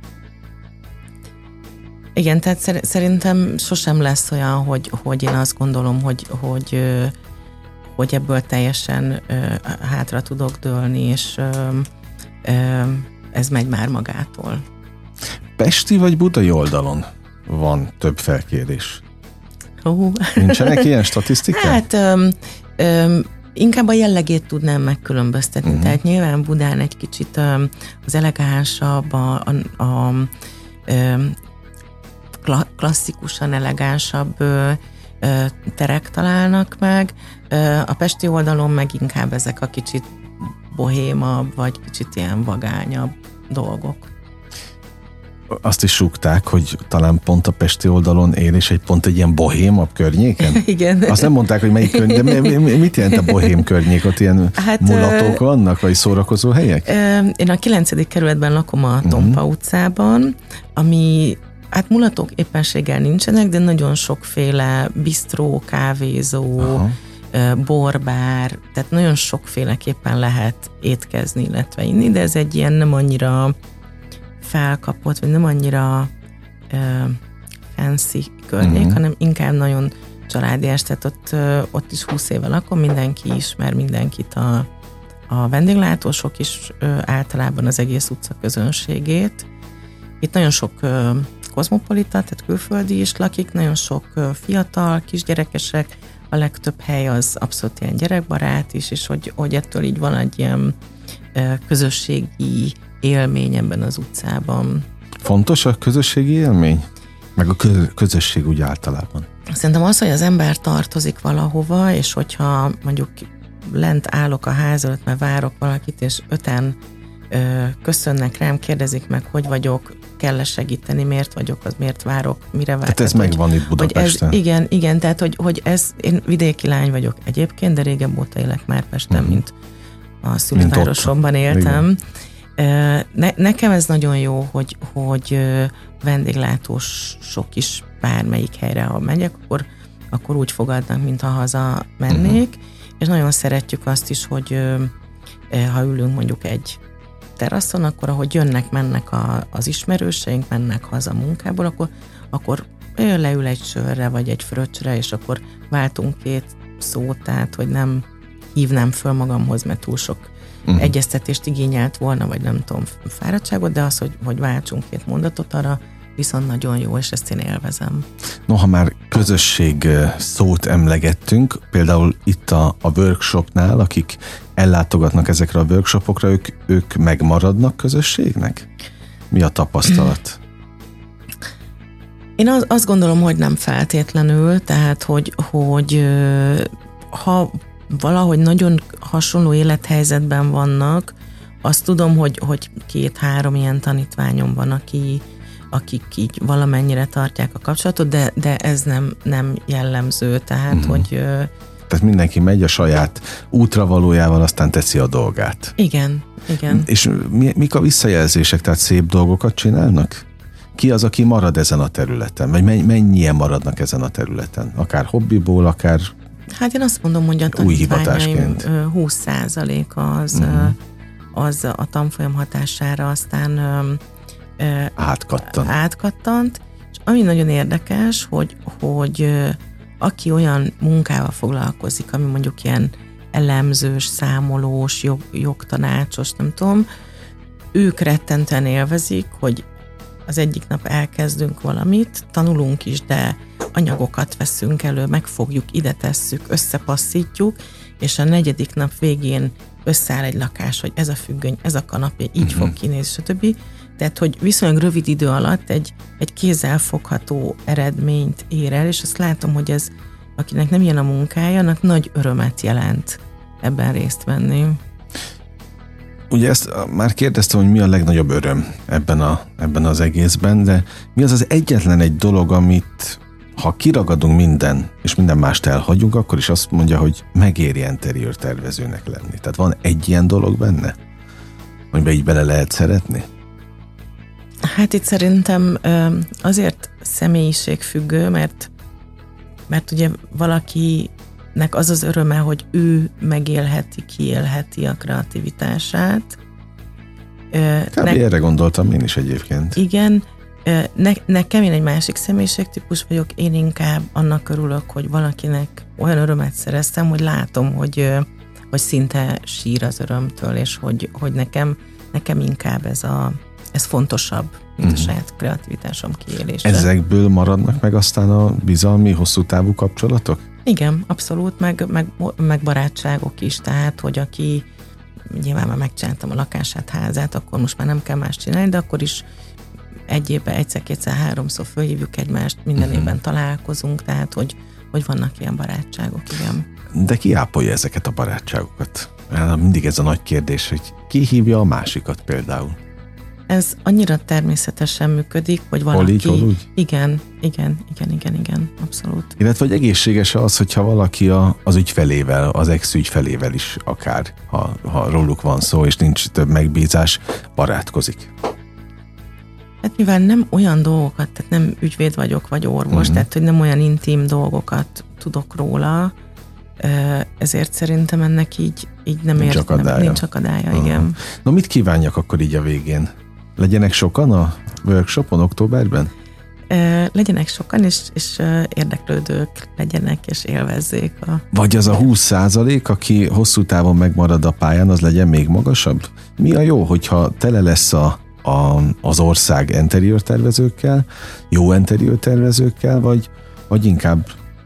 igen, tehát szerintem sosem lesz olyan, hogy, hogy én azt gondolom, hogy, hogy, hogy ebből teljesen hátra tudok dőlni, és ez megy már magától. Pesti vagy budai oldalon van több felkérés? Uh. Nincsenek ilyen statisztikák? Hát öm, öm, inkább a jellegét tudnám megkülönböztetni. Uh-huh. Tehát nyilván Budán egy kicsit öm, az elegánsabb, a, a, a öm, klasszikusan elegánsabb ö, ö, terek találnak meg. Ö, a pesti oldalon meg inkább ezek a kicsit bohémabb, vagy kicsit ilyen vagányabb dolgok. Azt is súgták, hogy talán pont a pesti oldalon él, és egy pont egy ilyen bohémabb környéken? Igen. Azt nem mondták, hogy melyik környék, de mit jelent a bohém környék? Ott ilyen hát, mulatók vannak, vagy szórakozó helyek? Én a kilencedik kerületben lakom a Tompa uh-huh. utcában, ami hát mulatók éppenséggel nincsenek, de nagyon sokféle bisztró, kávézó, aha. borbár, tehát nagyon sokféleképpen lehet étkezni, illetve inni, de ez egy ilyen nem annyira felkapott, vagy nem annyira uh, fancy környék, uh-huh. hanem inkább nagyon családias, tehát ott, uh, ott is húsz éve lakom, mindenki ismer mindenkit, a, a vendéglátósok is uh, általában az egész utca közönségét. Itt nagyon sok uh, kozmopolita, tehát külföldi is lakik, nagyon sok uh, fiatal, kisgyerekesek, a legtöbb hely az abszolút ilyen gyerekbarát is, és hogy, hogy ettől így van egy ilyen uh, közösségi élmény ebben az utcában. Fontos a közösségi élmény? Meg a közösség úgy általában? Szerintem az, hogy az ember tartozik valahova, és hogyha mondjuk lent állok a ház előtt, mert várok valakit, és öten ö, köszönnek rám, kérdezik meg, hogy vagyok, kell-e segíteni, miért vagyok, az miért várok, mire várok. Tehát ez hogy, megvan itt Budapesten. Ez, igen, igen, tehát hogy, hogy ez, én vidéki lány vagyok egyébként, de régebb óta élek már Pesten, hmm. mint a szülővárosomban éltem. Igen. Ne, nekem ez nagyon jó, hogy, hogy vendéglátósok is bármelyik helyre, ha megyek, akkor, akkor úgy fogadnak, mintha haza mennék, uh-huh. és nagyon szeretjük azt is, hogy ha ülünk mondjuk egy teraszon, akkor ahogy jönnek, mennek a, az ismerőseink, mennek haza munkából, akkor, akkor leül egy sörre, vagy egy fröccsre, és akkor váltunk két szót, tehát, hogy nem hívnám föl magamhoz, mert túl sok uh-huh. egyeztetést igényelt volna, vagy nem tudom, fáradtságot, de az, hogy, hogy váltsunk két mondatot, arra viszont nagyon jó, és ezt én élvezem. Noha már közösség szót emlegettünk, például itt a, a workshopnál, akik ellátogatnak ezekre a workshopokra, ők, ők megmaradnak közösségnek? Mi a tapasztalat? Én az, azt gondolom, hogy nem feltétlenül, tehát, hogy, hogy ha valahogy nagyon hasonló élethelyzetben vannak, azt tudom, hogy, hogy két-három ilyen tanítványom van, aki, akik így valamennyire tartják a kapcsolatot, de, de ez nem, nem jellemző, tehát, mm-hmm. hogy... Tehát mindenki megy a saját útravalójával, aztán teszi a dolgát. Igen, igen. És mi, mik a visszajelzések, tehát szép dolgokat csinálnak? Ki az, aki marad ezen a területen? Vagy mennyien maradnak ezen a területen? Akár hobbiból, akár hát én azt mondom, hogy a tanítványaim húsz százaléka az, uh-huh. az a tanfolyam hatására aztán átkattant. átkattant. És ami nagyon érdekes, hogy, hogy aki olyan munkával foglalkozik, ami mondjuk ilyen elemzős, számolós, jog, jogtanácsos, nem tudom, ők rettentően élvezik, hogy az egyik nap elkezdünk valamit, tanulunk is, de anyagokat veszünk elő, megfogjuk, ide tesszük, összepasszítjuk, és a negyedik nap végén összeáll egy lakás, hogy ez a függöny, ez a kanapé, így uh-huh. fog kinézni, stb. Tehát, hogy viszonylag rövid idő alatt egy, egy kézzelfogható eredményt ér el, és azt látom, hogy ez, akinek nem ilyen a munkája, annak nagy örömet jelent ebben részt venni. Ugye ezt már kérdeztem, hogy mi a legnagyobb öröm ebben, a, ebben az egészben, de mi az az egyetlen egy dolog, amit ha kiragadunk minden, és minden mást elhagyunk, akkor is azt mondja, hogy megéri interiőr tervezőnek lenni. Tehát van egy ilyen dolog benne, amiben így bele lehet szeretni? Hát itt szerintem azért személyiségfüggő, mert, mert ugye valakinek az az öröme, hogy ő megélheti, kiélheti a kreativitását. Kb. Ne- erre gondoltam én is egyébként. Igen, ne, nekem én egy másik személyiségtípus vagyok, én inkább annak örülök, hogy valakinek olyan örömet szereztem, hogy látom, hogy, hogy szinte sír az örömtől, és hogy, hogy nekem, nekem inkább ez, a, ez fontosabb, mint uh-huh. a saját kreativitásom kiélése. Ezekből maradnak meg aztán a bizalmi, hosszú távú kapcsolatok? Igen, abszolút, meg, meg, meg barátságok is, tehát, hogy aki nyilván már megcsináltam a lakását, házát, akkor most már nem kell más csinálni, de akkor is egy évben egyszer, kétszer, háromszor fölhívjuk egymást, minden uh-huh. évben találkozunk, tehát, hogy, hogy vannak ilyen barátságok, igen. De ki ápolja ezeket a barátságokat? Mindig ez a nagy kérdés, hogy ki hívja a másikat például? Ez annyira természetesen működik, hogy valaki... Hol így, hol úgy? Igen, igen, igen, igen, igen, abszolút. Illetve, hogy egészséges az, hogyha valaki a, az ügyfelével, az ex-ügyfelével is akár, ha, ha róluk van szó, és nincs több megbízás, barátkozik. Hát mivel nem olyan dolgokat, tehát nem ügyvéd vagyok, vagy orvos, uh-huh. tehát hogy nem olyan intim dolgokat tudok róla, ezért szerintem ennek így, így nem nincs értem. akadálya. Nincs akadálya, uh-huh. igen. No, mit kívánjak akkor így a végén? Legyenek sokan a workshopon októberben? Legyenek sokan, és, és érdeklődők legyenek, és élvezzék. A... Vagy az a húsz százalék, aki hosszú távon megmarad a pályán, az legyen még magasabb? Mi a jó, hogyha tele lesz a A, az ország interiőr tervezőkkel, jó interiőr tervezőkkel, vagy, vagy inkább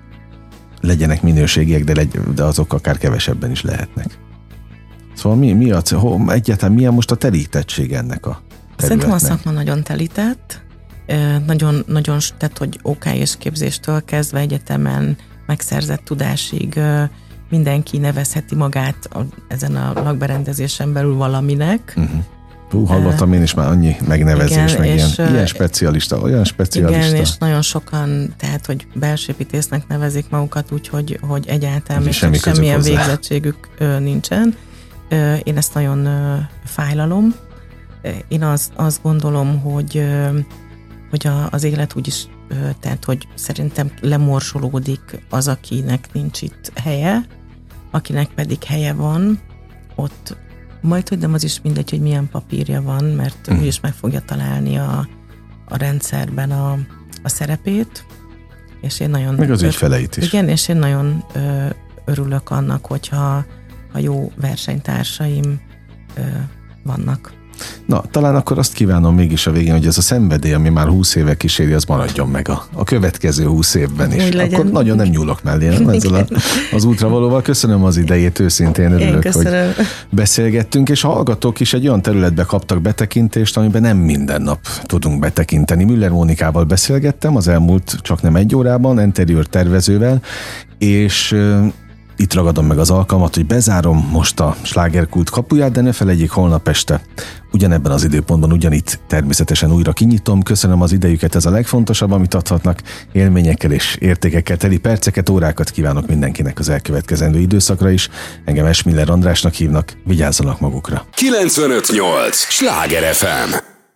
legyenek minőségiek, de, legy, de azok akár kevesebben is lehetnek. Szóval mi, mi a, ho, egyáltalán milyen most a telítettség ennek a területnek? Szerintem a szakma nagyon telített, nagyon, nagyon, tehát hogy ó ká és képzéstől kezdve egyetemen megszerzett tudásig mindenki nevezheti magát ezen a lakberendezésen belül valaminek. Uh-huh. Hú, hallottam én is már annyi megnevezés, igen, meg ilyen, ilyen specialista, olyan specialista. Igen, és nagyon sokan, tehát, hogy belsőépítésznek nevezik magukat, úgyhogy hogy egyáltalán még semmi semmilyen hozzá. Végzettségük ö, nincsen. Ö, én ezt nagyon ö, fájlalom. Én az, azt gondolom, hogy, ö, hogy a, az élet úgyis, ö, tehát, hogy szerintem lemorsolódik az, akinek nincs itt helye, akinek pedig helye van, ott majd, hogy nem az is mindegy, hogy milyen papírja van, mert mm. úgyis meg fogja találni a, a rendszerben a, a szerepét, és én nagyon... Meg az ügyfeleit is. Igen, és én nagyon ö, örülök annak, hogyha ha jó versenytársaim ö, vannak. Na, talán akkor azt kívánom mégis a végén, hogy ez a szenvedély, ami már húsz éve kíséri, az maradjon meg a, a következő húsz évben is. Akkor nagyon nem nyúlok mellé, nem ezzel a, az útravalóval. Köszönöm az idejét, őszintén örülök, hogy beszélgettünk, és a hallgatók is egy olyan területbe kaptak betekintést, amiben nem minden nap tudunk betekinteni. Müller Mónikával beszélgettem az elmúlt csak nem egy órában, interiőr tervezővel, és itt ragadom meg az alkalmat, hogy bezárom most a Slágerkult kapuját, de ne felejtjék, holnap este ugyanebben az időpontban, ugyanitt természetesen újra kinyitom. Köszönöm az idejüket, ez a legfontosabb, amit adhatnak. Élményekkel és értékekkel teli perceket, órákat kívánok mindenkinek az elkövetkezendő időszakra is. Engem Esmiller Andrásnak hívnak, vigyázzanak magukra. kilencvenöt nyolc Sláger ef em